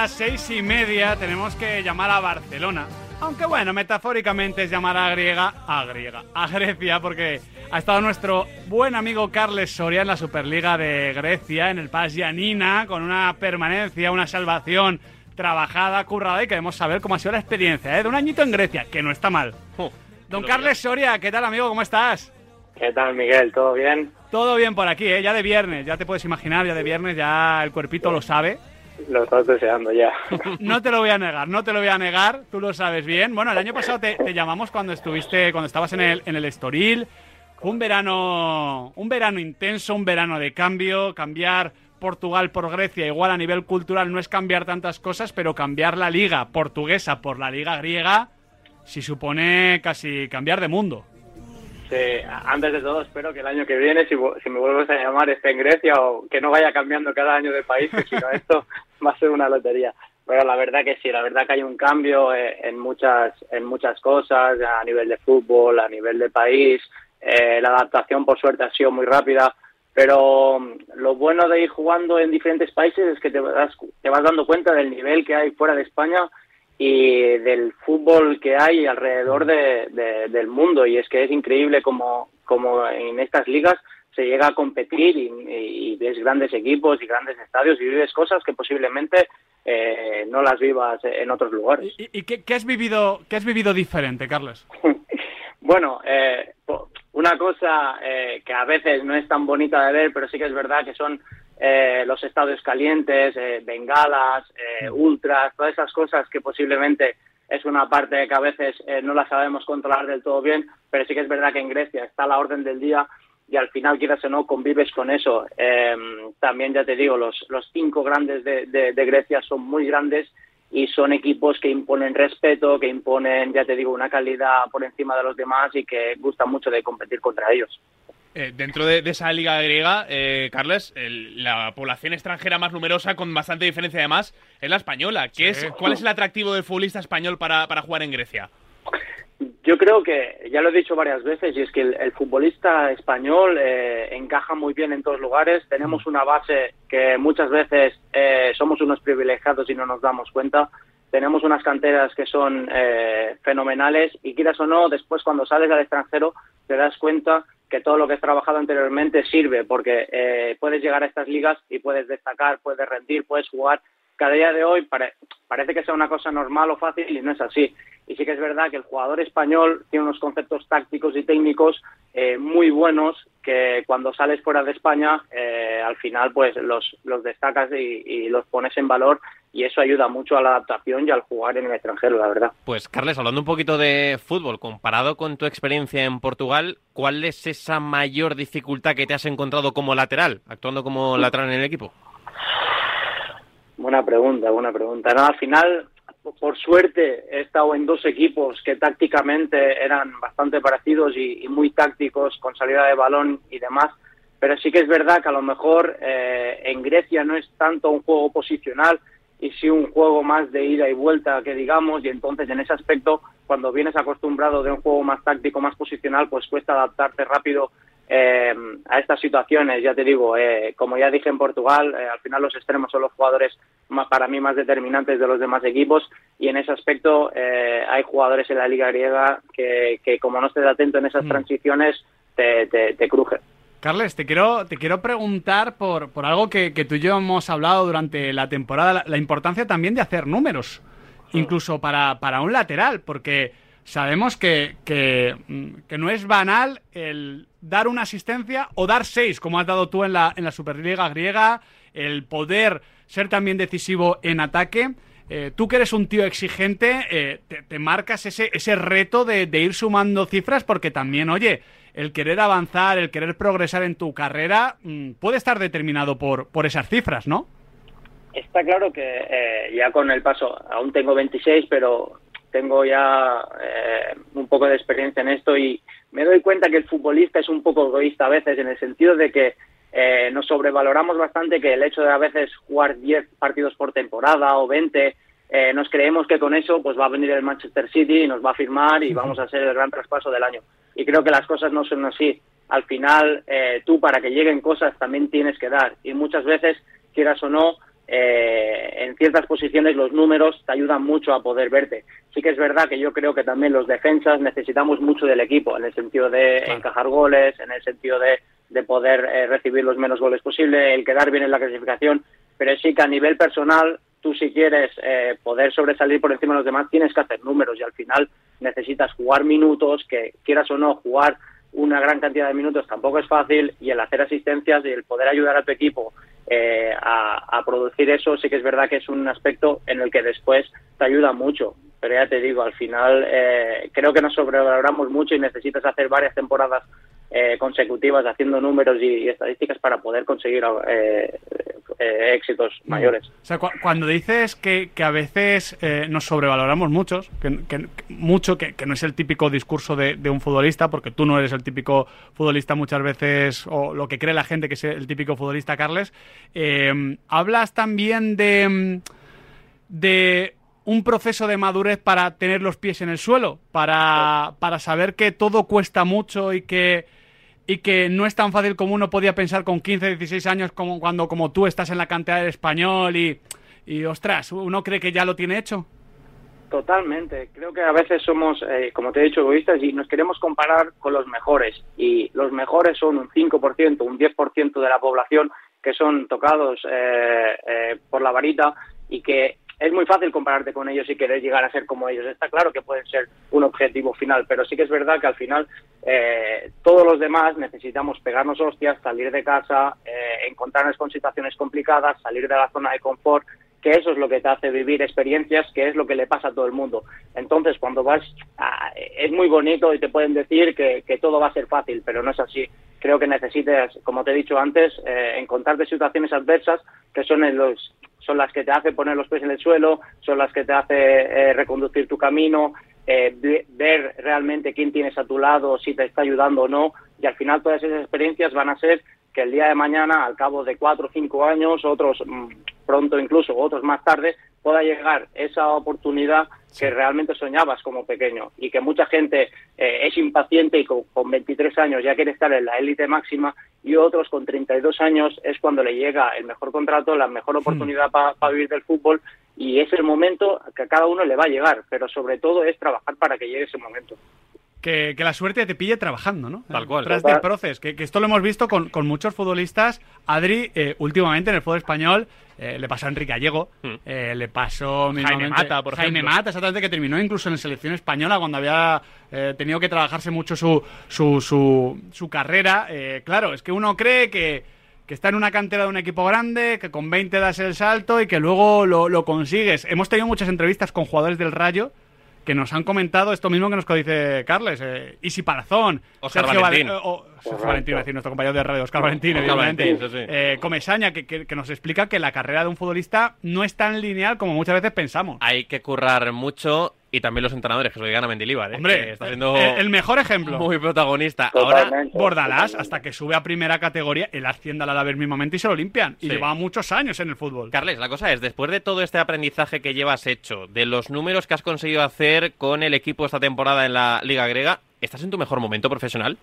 las 6:30 tenemos que llamar a Barcelona. Aunque bueno, metafóricamente es llamar a Grecia, porque ha estado nuestro buen amigo Carles Soria en la Superliga de Grecia, en el PAS Giannina, con una permanencia, una salvación trabajada, currada, y queremos saber cómo ha sido la experiencia, de un añito en Grecia, que no está mal. Don Carles Soria, ¿qué tal, amigo? ¿Cómo estás? ¿Qué tal, Miguel? ¿Todo bien? Todo bien por aquí, ya de viernes, ya te puedes imaginar, ya de viernes, ya el cuerpito lo sabe. Lo estás deseando ya. No te lo voy a negar, tú lo sabes bien. Bueno, el año pasado te llamamos cuando estabas en el Estoril. Fue un verano intenso, un verano de cambio. Cambiar Portugal por Grecia, igual a nivel cultural no es cambiar tantas cosas, pero cambiar la liga portuguesa por la liga griega sí supone casi cambiar de mundo. Sí, antes de todo espero que el año que viene, si me vuelves a llamar, esté en Grecia, o que no vaya cambiando cada año de país, que si no esto va a ser una lotería. Pero la verdad que sí, la verdad que hay un cambio en muchas cosas, a nivel de fútbol, a nivel de país. La adaptación, por suerte, ha sido muy rápida, pero lo bueno de ir jugando en diferentes países es que te vas dando cuenta del nivel que hay fuera de España y del fútbol que hay alrededor del mundo, y es que es increíble como en estas ligas se llega a competir y ves grandes equipos y grandes estadios y vives cosas que posiblemente no las vivas en otros lugares. ¿Y qué has vivido diferente, Carles? Bueno, una cosa que a veces no es tan bonita de ver, pero sí que es verdad que son los estadios calientes, bengalas, ultras, todas esas cosas que posiblemente es una parte que a veces no la sabemos controlar del todo bien, pero sí que es verdad que en Grecia está a la orden del día y al final, quieras o no, convives con eso. También, ya te digo, los 5 grandes de Grecia son muy grandes y son equipos que imponen respeto, que imponen, ya te digo, una calidad por encima de los demás y que gusta mucho de competir contra ellos. Dentro de esa liga griega, Carles, la población extranjera más numerosa, con bastante diferencia además, es la española. ¿Cuál es el atractivo del futbolista español para jugar en Grecia? Yo creo que, ya lo he dicho varias veces, y es que el futbolista español encaja muy bien en todos lugares. Tenemos una base que muchas veces somos unos privilegiados y no nos damos cuenta. Tenemos unas canteras que son fenomenales y, quieras o no, después cuando sales al extranjero te das cuenta que todo lo que has trabajado anteriormente sirve, porque puedes llegar a estas ligas y puedes destacar, puedes rendir, puedes jugar. Cada día de hoy parece que sea una cosa normal o fácil y no es así. Y sí que es verdad que el jugador español tiene unos conceptos tácticos y técnicos muy buenos que cuando sales fuera de España al final pues los destacas y los pones en valor, y eso ayuda mucho a la adaptación y al jugar en el extranjero, la verdad. Pues Carles, hablando un poquito de fútbol, comparado con tu experiencia en Portugal, ¿cuál es esa mayor dificultad que te has encontrado como lateral, actuando como lateral en el equipo? Buena pregunta. No, al final, por suerte, he estado en 2 equipos que tácticamente eran bastante parecidos y muy tácticos, con salida de balón y demás, pero sí que es verdad que a lo mejor en Grecia no es tanto un juego posicional y sí un juego más de ida y vuelta, que digamos, y entonces en ese aspecto, cuando vienes acostumbrado de un juego más táctico, más posicional, pues cuesta adaptarte rápido a estas situaciones. Ya te digo, como ya dije en Portugal, al final los extremos son los jugadores para mí más determinantes de los demás equipos, y en ese aspecto hay jugadores en la liga griega que como no estés atento en esas transiciones te crujen. Carles, te quiero preguntar por algo que tú y yo hemos hablado durante la temporada, la importancia también de hacer números, incluso para un lateral, porque sabemos que no es banal el dar una asistencia o dar 6, como has dado tú en la Superliga griega, el poder ser también decisivo en ataque. Tú que eres un tío exigente, te marcas ese reto de ir sumando cifras, porque también, oye, el querer avanzar, el querer progresar en tu carrera puede estar determinado por esas cifras, ¿no? Está claro que ya con el paso, aún tengo 26, pero tengo ya un poco de experiencia en esto y me doy cuenta que el futbolista es un poco egoísta a veces, en el sentido de que nos sobrevaloramos bastante, que el hecho de a veces jugar 10 partidos por temporada o 20, nos creemos que con eso pues va a venir el Manchester City y nos va a firmar y vamos a hacer el gran traspaso del año. Y creo que las cosas no son así. Al final, tú para que lleguen cosas también tienes que dar. Y muchas veces, quieras o no, en ciertas posiciones los números te ayudan mucho a poder verte. Sí que es verdad que yo creo que también los defensas necesitamos mucho del equipo, en el sentido de encajar goles, en el sentido de poder recibir los menos goles posible, el quedar bien en la clasificación, pero sí que a nivel personal, tú si quieres poder sobresalir por encima de los demás, tienes que hacer números y al final necesitas jugar minutos, que quieras o no jugar una gran cantidad de minutos tampoco es fácil, y el hacer asistencias y el poder ayudar a tu equipo a producir eso, sí que es verdad que es un aspecto en el que después te ayuda mucho. Pero ya te digo, al final creo que nos sobrevaloramos mucho y necesitas hacer varias temporadas consecutivas haciendo números y estadísticas para poder conseguir éxitos mayores. O sea, cuando dices que a veces nos sobrevaloramos muchos, que no es el típico discurso de un futbolista, porque tú no eres el típico futbolista muchas veces, o lo que cree la gente que es el típico futbolista, Carles, hablas también de un proceso de madurez para tener los pies en el suelo, para saber que todo cuesta mucho y que no es tan fácil como uno podía pensar con 15, 16 años, como tú estás en la cantera del Español y ostras, uno cree que ya lo tiene hecho. Totalmente. Creo que a veces somos, como te he dicho, egoístas y nos queremos comparar con los mejores. Y los mejores son un 5%, un 10% de la población que son tocados por la varita y que es muy fácil compararte con ellos y querer llegar a ser como ellos. Está claro que pueden ser un objetivo final, pero sí que es verdad que al final todos los demás necesitamos pegarnos hostias, salir de casa, encontrarnos con situaciones complicadas, salir de la zona de confort, que eso es lo que te hace vivir experiencias, que es lo que le pasa a todo el mundo. Entonces, cuando vas, es muy bonito y te pueden decir que todo va a ser fácil, pero no es así. Creo que necesitas, como te he dicho antes, encontrarte situaciones adversas que son las que te hace poner los pies en el suelo, son las que te hace reconducir tu camino, ver realmente quién tienes a tu lado, si te está ayudando o no, y al final todas esas experiencias van a ser que el día de mañana, al cabo de 4 o 5 años, otros pronto incluso, otros más tarde, pueda llegar esa oportunidad que realmente soñabas como pequeño, y que mucha gente es impaciente y con 23 años ya quiere estar en la élite máxima, y otros con 32 años es cuando le llega el mejor contrato, la mejor oportunidad para vivir del fútbol, y es el momento que a cada uno le va a llegar, pero sobre todo es trabajar para que llegue ese momento. Que la suerte te pille trabajando, ¿no? Tal cual. Tras del proceso, que esto lo hemos visto con muchos futbolistas. Adri, últimamente en el fútbol español, le pasó a Enrique Gallego, le pasó Jaime Mata, por ejemplo. Jaime Mata, exactamente, que terminó incluso en la selección española cuando había tenido que trabajarse mucho su carrera. Claro, es que uno cree que está en una cantera de un equipo grande, que con 20 das el salto y que luego lo consigues. Hemos tenido muchas entrevistas con jugadores del Rayo que nos han comentado esto mismo que nos dice Carles, Isi Palazón, Óscar Sergio Valentín. Sergio Valentín, es decir, nuestro compañero de radio, Óscar Valentín, evidentemente. Sí. Comesaña, que nos explica que la carrera de un futbolista no es tan lineal como muchas veces pensamos. Hay que currar mucho, y también los entrenadores, que se lo digan a Mendilibar, Hombre, que está siendo el mejor ejemplo. Muy protagonista. Totalmente. Ahora, Bordalás, hasta que sube a primera categoría, él asciende al Alavés mismamente y se lo limpian. Y Sí. lleva muchos años en el fútbol. Carles, la cosa es, después de todo este aprendizaje que llevas hecho, de los números que has conseguido hacer con el equipo esta temporada en la Liga Griega, ¿estás en tu mejor momento profesional?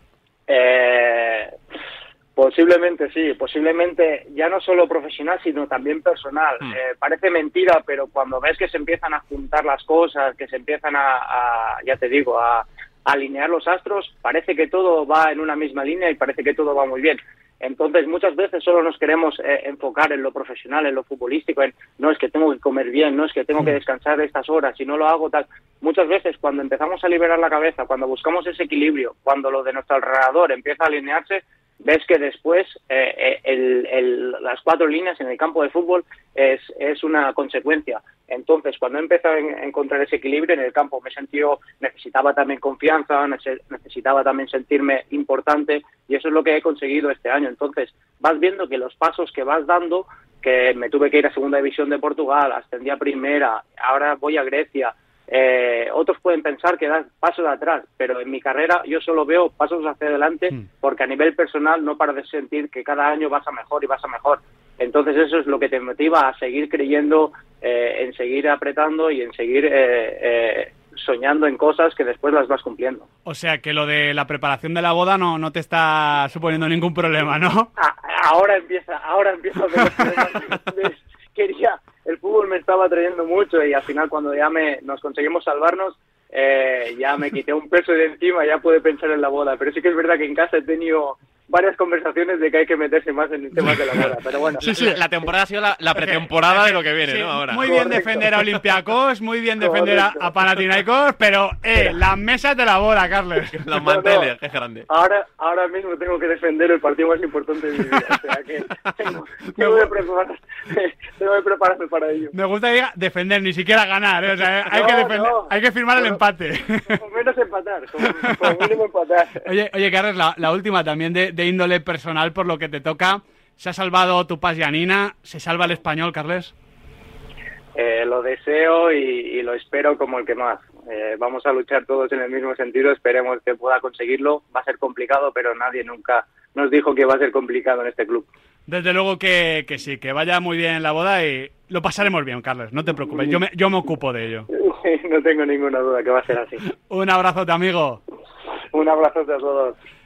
Posiblemente sí, posiblemente ya no solo profesional, sino también personal. Parece mentira, pero cuando ves que se empiezan a juntar las cosas, que se empiezan ya te digo, a alinear los astros, parece que todo va en una misma línea y parece que todo va muy bien. Entonces, muchas veces solo nos queremos enfocar en lo profesional, en lo futbolístico, en no es que tengo que comer bien, no es que tengo que descansar estas horas, si no lo hago tal. Muchas veces cuando empezamos a liberar la cabeza, cuando buscamos ese equilibrio, cuando lo de nuestro alrededor empieza a alinearse, ves que después las 4 líneas en el campo de fútbol es una consecuencia. Entonces, cuando he empezado a encontrar ese equilibrio en el campo, necesitaba también confianza, necesitaba también sentirme importante, y eso es lo que he conseguido este año. Entonces, vas viendo que los pasos que vas dando, que me tuve que ir a Segunda División de Portugal, ascendí a Primera, ahora voy a Grecia. Otros pueden pensar que das pasos atrás, pero en mi carrera yo solo veo pasos hacia adelante, porque a nivel personal no paro de sentir que cada año vas a mejor y vas a mejor. Entonces eso es lo que te motiva a seguir creyendo, en seguir apretando y en seguir soñando en cosas que después las vas cumpliendo. O sea que lo de la preparación de la boda no te está suponiendo ningún problema, ¿no? Ahora empieza a ver los problemas quería, el fútbol me estaba atrayendo mucho y al final cuando ya nos conseguimos salvarnos, ya me quité un peso de encima, ya pude pensar en la boda. Pero sí que es verdad que en casa he tenido varias conversaciones de que hay que meterse más en el tema de la boda, pero bueno. Sí, la temporada ha sido la pretemporada de lo que viene, sí, ¿no? Ahora. Muy bien defender a Olympiacos, muy bien defender a Panathinaikos, pero las mesas de la boda, Carles. Los manteles, que es grande. Ahora mismo tengo que defender el partido más importante de mi vida, o sea que tengo que prepararme para ello. Me gusta que diga defender, ni siquiera ganar, o sea, hay que firmar el empate. Como menos empatar, como mínimo empatar. Oye, Carles, la última también de índole personal, por lo que te toca. ¿Se ha salvado tu Pas Janina? ¿Se salva el Español, Carles? Lo deseo y lo espero como el que más. Vamos a luchar todos en el mismo sentido, esperemos que pueda conseguirlo. Va a ser complicado, pero nadie nunca nos dijo que va a ser complicado en este club. Desde luego que sí, que vaya muy bien la boda y lo pasaremos bien, Carles, no te preocupes, yo me ocupo de ello. No tengo ninguna duda que va a ser así. Un abrazote, amigo. Un abrazote a todos.